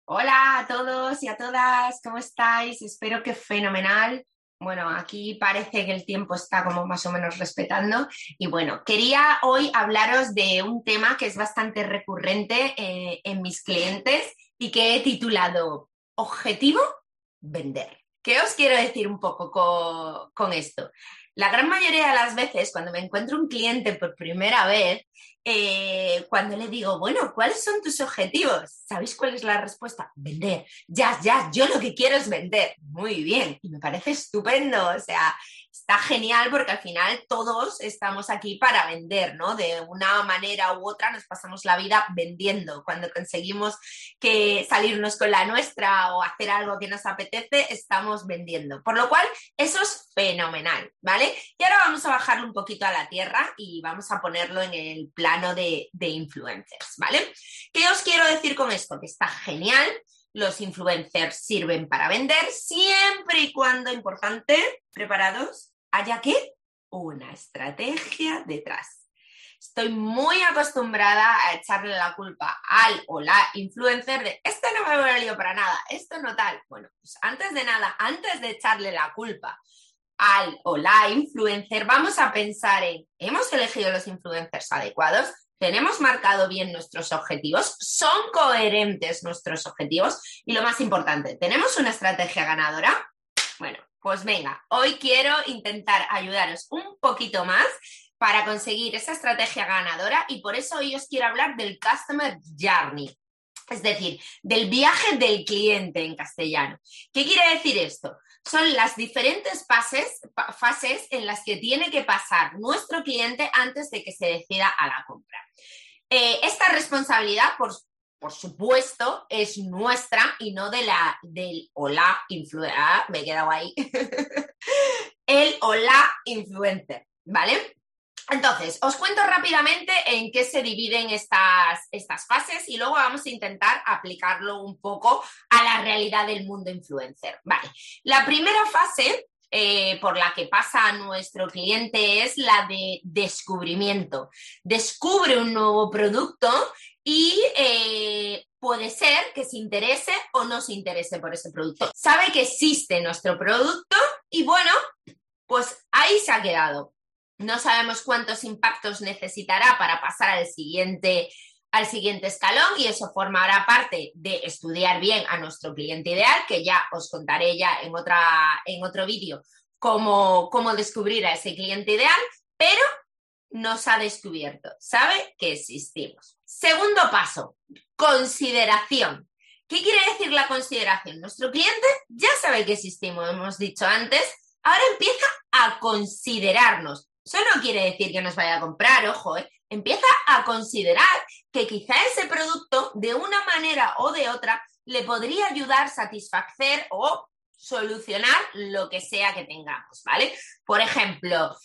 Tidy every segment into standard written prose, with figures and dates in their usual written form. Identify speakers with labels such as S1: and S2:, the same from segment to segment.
S1: Hola a todos y a todas, ¿cómo estáis? Espero que fenomenal. Bueno, aquí parece que el tiempo está como más o menos respetando. Y bueno, quería hoy hablaros de un tema que es bastante recurrente en mis clientes y que he titulado Objetivo Vender. ¿Qué os quiero decir un poco con esto? La gran mayoría de las veces, cuando me encuentro un cliente por primera vez, cuando le digo, bueno, ¿cuáles son tus objetivos? ¿Sabéis cuál es la respuesta? Vender. Ya, yo lo que quiero es vender. Muy bien, y me parece estupendo, o sea, está genial porque al final todos estamos aquí para vender, ¿no? De una manera u otra nos pasamos la vida vendiendo. Cuando conseguimos que salirnos con la nuestra o hacer algo que nos apetece, estamos vendiendo. Por lo cual, eso es fenomenal, ¿vale? Y ahora vamos a bajarlo un poquito a la tierra y vamos a ponerlo en el plano de influencers, ¿vale? ¿Qué os quiero decir con esto? Que está genial, los influencers sirven para vender siempre y cuando, importante, preparados, haya ¿qué? Una estrategia detrás. Estoy muy acostumbrada a echarle la culpa al o la influencer de esto no me valió para nada, esto no tal. Bueno, pues antes de nada, antes de echarle la culpa al o la influencer, vamos a pensar en, ¿hemos elegido los influencers adecuados? ¿Tenemos marcado bien nuestros objetivos? ¿Son coherentes nuestros objetivos? Y lo más importante, ¿tenemos una estrategia ganadora? Bueno, pues venga, hoy quiero intentar ayudaros un poquito más para conseguir esa estrategia ganadora y por eso hoy os quiero hablar del Customer Journey, es decir, del viaje del cliente en castellano. ¿Qué quiere decir esto? Son las diferentes fases en las que tiene que pasar nuestro cliente antes de que se decida a la compra. Esta responsabilidad, por supuesto, es nuestra y no del o la influencer. Me he quedado ahí. El o la influencer, ¿vale? Entonces, os cuento rápidamente en qué se dividen estas fases y luego vamos a intentar aplicarlo un poco a la realidad del mundo influencer. Vale, la primera fase por la que pasa nuestro cliente es la de descubrimiento. Descubre un nuevo producto y puede ser que se interese o no se interese por ese producto. Sabe que existe nuestro producto y bueno, pues ahí se ha quedado. No sabemos cuántos impactos necesitará para pasar al siguiente escalón y eso formará parte de estudiar bien a nuestro cliente ideal, que ya os contaré ya en otro vídeo cómo descubrir a ese cliente ideal, pero nos ha descubierto, sabe que existimos. Segundo paso, consideración. ¿Qué quiere decir la consideración? Nuestro cliente ya sabe que existimos, hemos dicho antes, ahora empieza a considerarnos. Eso no quiere decir que nos vaya a comprar, ojo, empieza a considerar que quizá ese producto, de una manera o de otra, le podría ayudar a satisfacer o solucionar lo que sea que tengamos, ¿vale? Por ejemplo,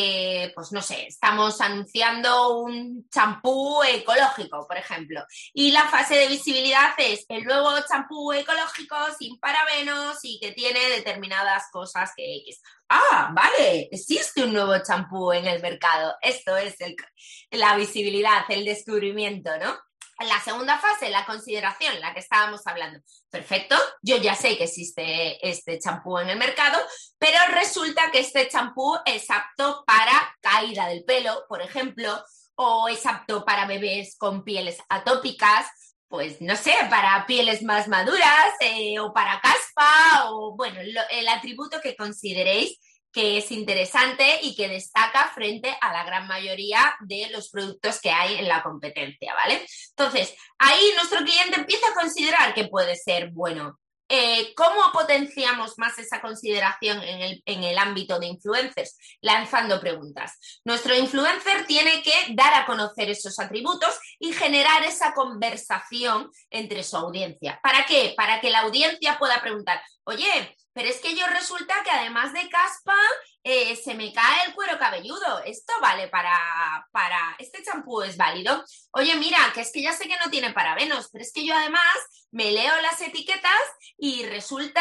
S1: pues no sé, estamos anunciando un champú ecológico, por ejemplo, y la fase de visibilidad es el nuevo champú ecológico sin parabenos y que tiene determinadas cosas que X. Ah, vale, existe un nuevo champú en el mercado. Esto es la visibilidad, el descubrimiento, ¿no? En la segunda fase, la consideración, la que estábamos hablando. Perfecto, yo ya sé que existe este champú en el mercado, pero resulta que este champú es apto para caída del pelo, por ejemplo, o es apto para bebés con pieles atópicas, pues no sé, para pieles más maduras o para caspa o bueno, el atributo que consideréis que es interesante y que destaca frente a la gran mayoría de los productos que hay en la competencia, ¿vale? Entonces, ahí nuestro cliente empieza a considerar que puede ser bueno. ¿Cómo potenciamos más esa consideración en el ámbito de influencers? Lanzando preguntas. Nuestro influencer tiene que dar a conocer esos atributos y generar esa conversación entre su audiencia. ¿Para qué? Para que la audiencia pueda preguntar, oye, pero es que yo resulta que además de caspa, se me cae el cuero cabelludo. ¿Esto vale para... ¿Este champú es válido? Oye, mira, que es que ya sé que no tiene parabenos, pero es que yo además me leo las etiquetas y resulta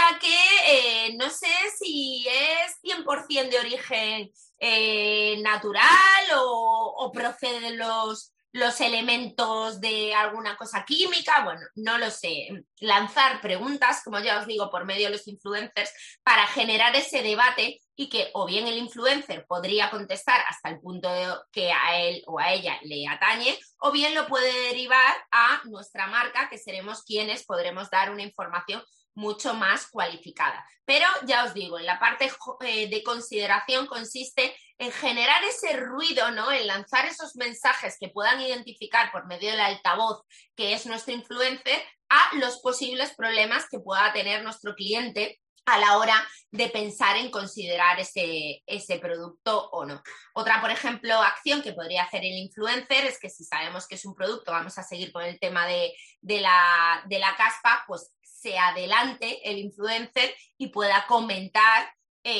S1: que no sé si es 100% de origen natural o procede de los los elementos de alguna cosa química, bueno, no lo sé. Lanzar preguntas, como ya os digo, por medio de los influencers para generar ese debate y que o bien el influencer podría contestar hasta el punto que a él o a ella le atañe, o bien lo puede derivar a nuestra marca, que seremos quienes podremos dar una información mucho más cualificada. Pero ya os digo, en la parte de consideración consiste en generar ese ruido, ¿no? En lanzar esos mensajes que puedan identificar por medio del altavoz que es nuestro influencer a los posibles problemas que pueda tener nuestro cliente a la hora de pensar en considerar ese producto o no. Otra, por ejemplo, acción que podría hacer el influencer es que si sabemos que es un producto, vamos a seguir con el tema de la caspa, pues se adelante el influencer y pueda comentar.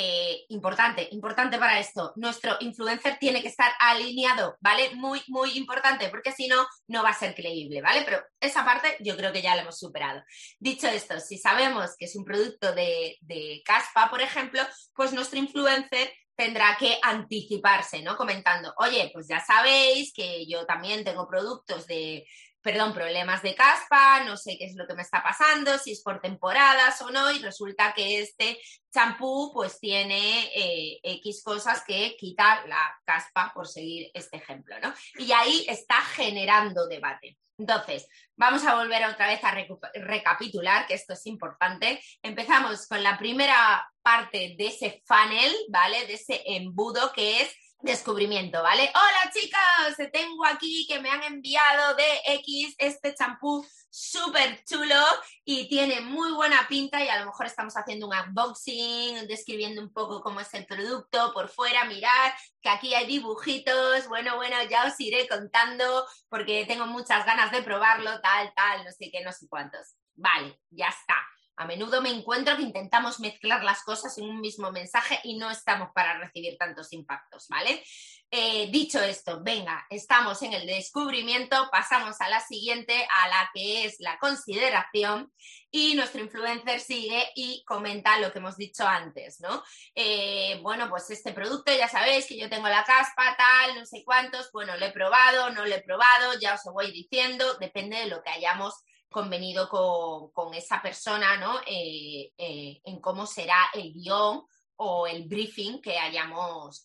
S1: Importante para esto, nuestro influencer tiene que estar alineado, ¿vale? Muy, muy importante, porque si no, no va a ser creíble, ¿vale? Pero esa parte yo creo que ya la hemos superado. Dicho esto, si sabemos que es un producto de caspa, por ejemplo, pues nuestro influencer tendrá que anticiparse, ¿no? Comentando, oye, pues ya sabéis que yo también tengo problemas de caspa, no sé qué es lo que me está pasando, si es por temporadas o no, y resulta que este champú pues tiene X cosas que quita la caspa, por seguir este ejemplo, ¿no? Y ahí está generando debate. Entonces, vamos a volver otra vez a recapitular, que esto es importante. Empezamos con la primera parte de ese funnel, ¿vale? De ese embudo que es descubrimiento, ¿vale? Hola chicas, te tengo aquí que me han enviado de X este champú súper chulo y tiene muy buena pinta y a lo mejor estamos haciendo un unboxing, describiendo un poco cómo es el producto por fuera, mirad que aquí hay dibujitos, bueno, ya os iré contando porque tengo muchas ganas de probarlo, tal, no sé qué, no sé cuántos. Vale, ya está. A menudo me encuentro que intentamos mezclar las cosas en un mismo mensaje y no estamos para recibir tantos impactos, ¿vale? Dicho esto, venga, estamos en el descubrimiento, pasamos a la siguiente, a la que es la consideración, y nuestro influencer sigue y comenta lo que hemos dicho antes, ¿no? Bueno, pues este producto, ya sabéis que yo tengo la caspa, tal, no sé cuántos, bueno, lo he probado, no lo he probado, ya os lo voy diciendo, depende de lo que hayamos convenido con esa persona, ¿no? En cómo será el guión o el briefing que hayamos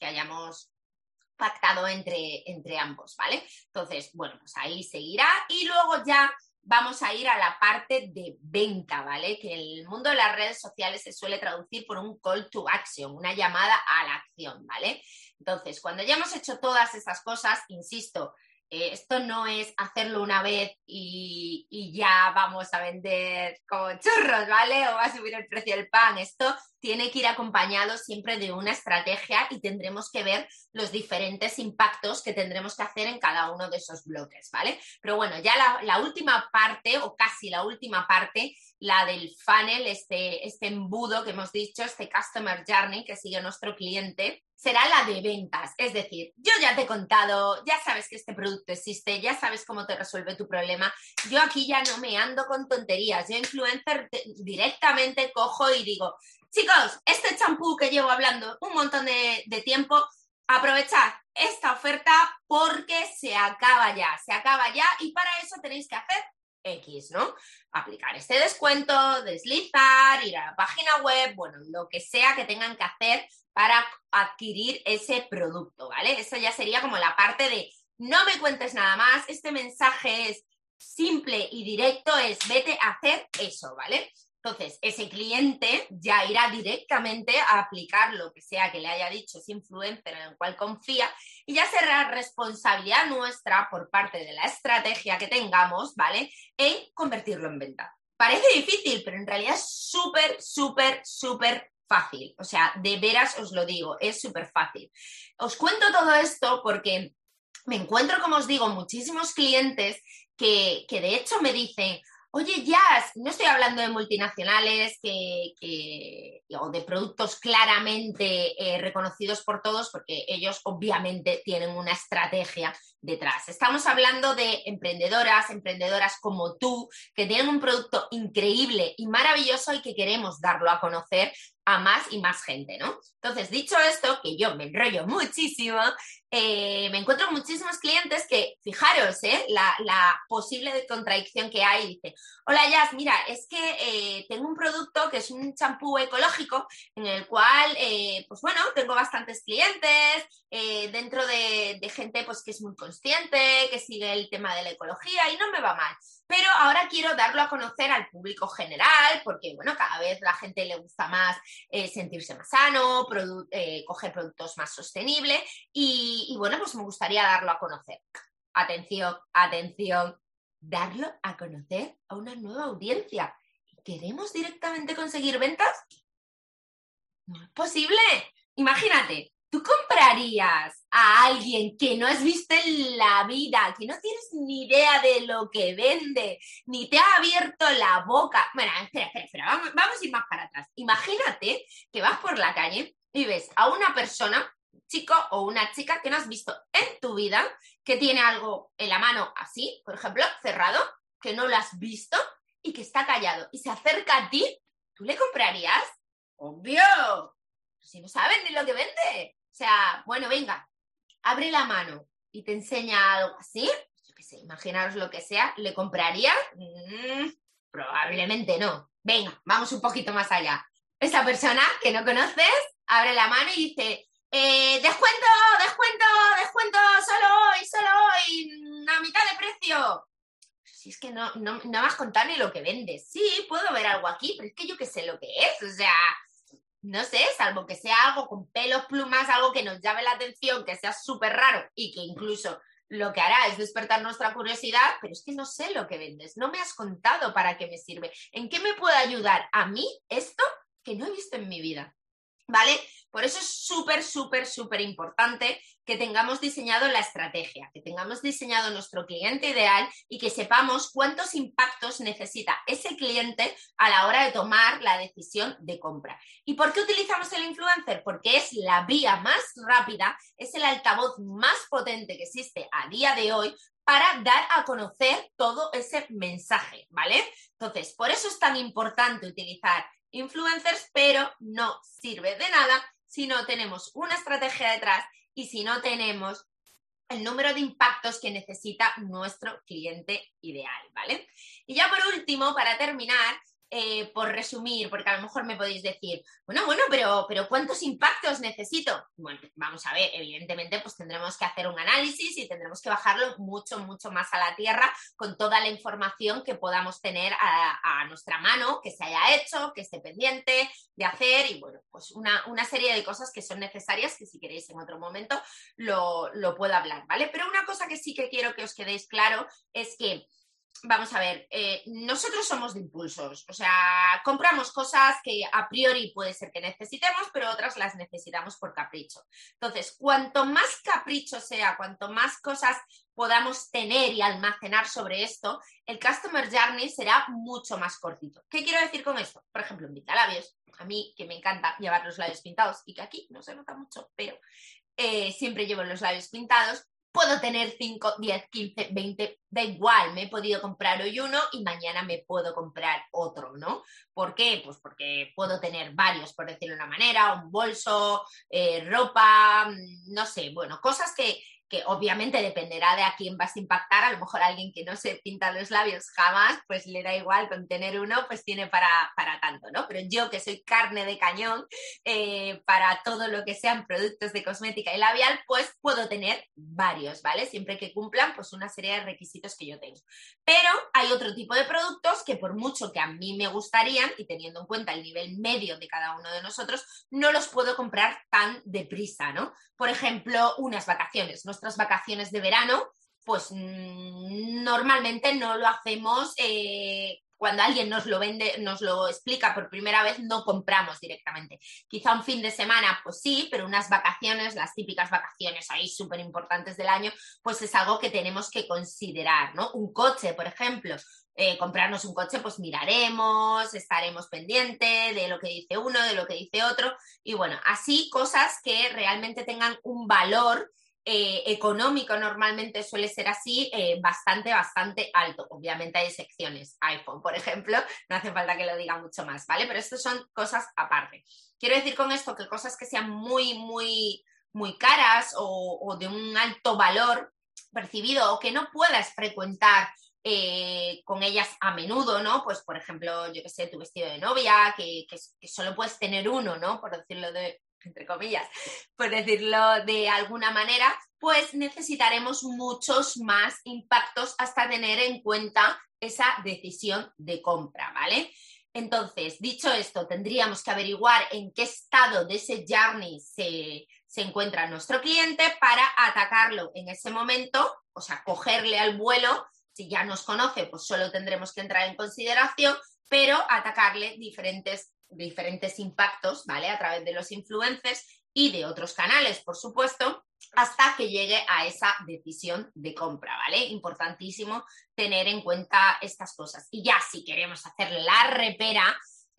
S1: pactado entre ambos, ¿vale? Entonces, bueno, pues ahí seguirá y luego ya vamos a ir a la parte de venta, ¿vale? Que en el mundo de las redes sociales se suele traducir por un call to action, una llamada a la acción, ¿vale? Entonces, cuando ya hemos hecho todas esas cosas, insisto, esto no es hacerlo una vez y ya vamos a vender como churros, ¿vale? O va a subir el precio del pan. Esto tiene que ir acompañado siempre de una estrategia y tendremos que ver los diferentes impactos que tendremos que hacer en cada uno de esos bloques, ¿vale? Pero bueno, ya la última parte, o casi la última parte, la del funnel, este embudo que hemos dicho, este customer journey que sigue nuestro cliente, será la de ventas. Es decir, yo ya te he contado, ya sabes que este producto existe, ya sabes cómo te resuelve tu problema. Yo aquí ya no me ando con tonterías. Yo, influencer, directamente cojo y digo, chicos, este champú que llevo hablando un montón de tiempo, aprovechad esta oferta porque se acaba ya y para eso tenéis que hacer X, ¿no? Aplicar este descuento, deslizar, ir a la página web, bueno, lo que sea que tengan que hacer para adquirir ese producto, ¿vale? Eso ya sería como la parte de no me cuentes nada más, este mensaje es simple y directo, es vete a hacer eso, ¿vale? Entonces, ese cliente ya irá directamente a aplicar lo que sea que le haya dicho ese influencer en el cual confía y ya será responsabilidad nuestra por parte de la estrategia que tengamos, ¿vale? En convertirlo en venta. Parece difícil, pero en realidad es súper fácil. O sea, de veras os lo digo, es súper fácil. Os cuento todo esto porque me encuentro, como os digo, muchísimos clientes que de hecho me dicen, oye, Jazz, no estoy hablando de multinacionales o de productos claramente reconocidos por todos, porque ellos obviamente tienen una estrategia detrás. Estamos hablando de emprendedoras como tú, que tienen un producto increíble y maravilloso y que queremos darlo a conocer a más y más gente, ¿no? Entonces, dicho esto, que yo me enrollo muchísimo, me encuentro con muchísimos clientes que, fijaros, la posible contradicción que hay, dice, hola Jazz, mira, es que tengo un producto que es un champú ecológico en el cual, pues bueno, tengo bastantes clientes, dentro de gente pues que es muy consciente, que sigue el tema de la ecología y no me va mal. Pero ahora quiero darlo a conocer al público general porque, bueno, cada vez la gente le gusta más sentirse más sano, coger productos más sostenibles y, bueno, pues me gustaría darlo a conocer. Atención, atención, darlo a conocer a una nueva audiencia. ¿Queremos directamente conseguir ventas? No es posible. Imagínate, ¿tú comprarías a alguien que no has visto en la vida, que no tienes ni idea de lo que vende, ni te ha abierto la boca? Bueno, espera, vamos a ir más para atrás. Imagínate que vas por la calle y ves a una persona, un chico o una chica que no has visto en tu vida, que tiene algo en la mano así, por ejemplo, cerrado, que no lo has visto y que está callado y se acerca a ti, ¿tú le comprarías? ¡Obvio! Si no saben ni lo que vende. O sea, bueno, venga, abre la mano y te enseña algo así, yo qué sé, imaginaros lo que sea, ¿le compraría? Probablemente no. Venga, vamos un poquito más allá. Esa persona que no conoces abre la mano y dice, descuento, solo hoy, a mitad de precio. Si es que no me has contado ni lo que vendes. Sí, puedo ver algo aquí, pero es que yo qué sé lo que es. O sea, no sé, salvo que sea algo con pelos, plumas, algo que nos llame la atención, que sea súper raro y que incluso lo que hará es despertar nuestra curiosidad, pero es que no sé lo que vendes, no me has contado para qué me sirve, en qué me puede ayudar a mí esto que no he visto en mi vida. ¿Vale? Por eso es súper importante que tengamos diseñado la estrategia, que tengamos diseñado nuestro cliente ideal y que sepamos cuántos impactos necesita ese cliente a la hora de tomar la decisión de compra. ¿Y por qué utilizamos el influencer? Porque es la vía más rápida, es el altavoz más potente que existe a día de hoy para dar a conocer todo ese mensaje, ¿vale? Entonces, por eso es tan importante utilizar influencers, pero no sirve de nada si no tenemos una estrategia detrás y si no tenemos el número de impactos que necesita nuestro cliente ideal, ¿vale? Y ya por último, para terminar, por resumir, porque a lo mejor me podéis decir, bueno, pero ¿cuántos impactos necesito? Bueno, vamos a ver, evidentemente pues tendremos que hacer un análisis y tendremos que bajarlo mucho más a la tierra con toda la información que podamos tener a nuestra mano, que se haya hecho, que esté pendiente de hacer y bueno, pues una serie de cosas que son necesarias que si queréis en otro momento lo puedo hablar, ¿vale? Pero una cosa que sí que quiero que os quedéis claro es que vamos a ver, nosotros somos de impulsos, o sea, compramos cosas que a priori puede ser que necesitemos, pero otras las necesitamos por capricho. Entonces, cuanto más capricho sea, cuanto más cosas podamos tener y almacenar sobre esto, el Customer Journey será mucho más cortito. ¿Qué quiero decir con esto? Por ejemplo, en pintalabios, a mí que me encanta llevar los labios pintados y que aquí no se nota mucho, pero siempre llevo los labios pintados. Puedo tener 5, 10, 15, 20, da igual, me he podido comprar hoy uno y mañana me puedo comprar otro, ¿no? ¿Por qué? Pues porque puedo tener varios, por decirlo de una manera, un bolso, ropa, no sé, bueno, cosas que obviamente dependerá de a quién vas a impactar, a lo mejor a alguien que no se pinta los labios jamás, pues le da igual con tener uno, pues tiene para tanto, ¿no? Pero yo que soy carne de cañón, para todo lo que sean productos de cosmética y labial, pues puedo tener varios, ¿vale? Siempre que cumplan pues una serie de requisitos que yo tengo. Pero hay otro tipo de productos que por mucho que a mí me gustarían, y teniendo en cuenta el nivel medio de cada uno de nosotros, no los puedo comprar tan deprisa, ¿no? Por ejemplo, unas vacaciones. Nuestras vacaciones de verano, pues normalmente no lo hacemos cuando alguien nos lo vende, nos lo explica por primera vez, no compramos directamente. Quizá un fin de semana, pues sí, pero unas vacaciones, las típicas vacaciones ahí súper importantes del año, pues es algo que tenemos que considerar, ¿no? Un coche, por ejemplo. Comprarnos un coche, pues miraremos, estaremos pendientes de lo que dice uno, de lo que dice otro y bueno, así cosas que realmente tengan un valor económico normalmente suele ser así, bastante alto. Obviamente hay excepciones, iPhone, por ejemplo, no hace falta que lo diga mucho más, ¿vale? Pero esto son cosas aparte. Quiero decir con esto que cosas que sean muy caras o de un alto valor percibido o que no puedas frecuentar con ellas a menudo, ¿no? Pues, por ejemplo, yo qué sé, tu vestido de novia, que solo puedes tener uno, ¿no? Por decirlo entre comillas, por decirlo de alguna manera, pues necesitaremos muchos más impactos hasta tener en cuenta esa decisión de compra, ¿vale? Entonces, dicho esto, tendríamos que averiguar en qué estado de ese journey se encuentra nuestro cliente para atacarlo en ese momento, o sea, cogerle al vuelo. Si ya nos conoce, pues solo tendremos que entrar en consideración, pero atacarle diferentes impactos, ¿vale? A través de los influencers y de otros canales, por supuesto, hasta que llegue a esa decisión de compra, ¿vale? Importantísimo tener en cuenta estas cosas. Y ya si queremos hacerle la repera,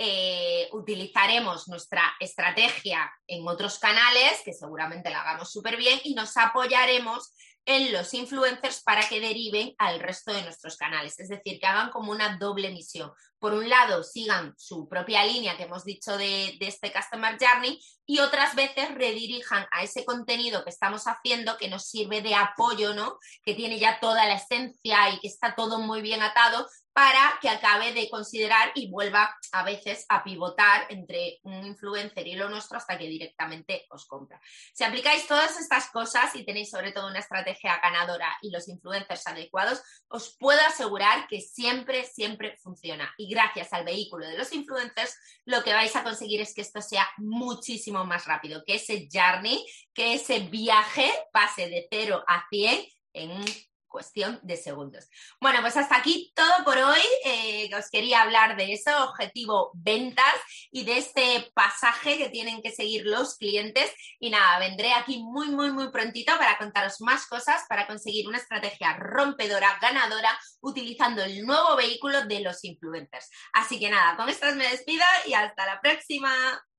S1: utilizaremos nuestra estrategia en otros canales, que seguramente la hagamos súper bien, y nos apoyaremos en los influencers para que deriven al resto de nuestros canales, es decir, que hagan como una doble misión. Por un lado, sigan su propia línea que hemos dicho de este Customer Journey y otras veces redirijan a ese contenido que estamos haciendo que nos sirve de apoyo, ¿no? Que tiene ya toda la esencia y que está todo muy bien atado para que acabe de considerar y vuelva a veces a pivotar entre un influencer y lo nuestro hasta que directamente os compra. Si aplicáis todas estas cosas y tenéis sobre todo una estrategia ganadora y los influencers adecuados, os puedo asegurar que siempre funciona. Y gracias al vehículo de los influencers, lo que vais a conseguir es que esto sea muchísimo más rápido, que ese journey, que ese viaje pase de 0 a 100 en cuestión de segundos. Bueno, pues hasta aquí todo por hoy. Os quería hablar de eso, objetivo ventas y de este pasaje que tienen que seguir los clientes. Y nada, vendré aquí muy prontito para contaros más cosas para conseguir una estrategia rompedora, ganadora, utilizando el nuevo vehículo de los influencers. Así que nada, con estas me despido y hasta la próxima.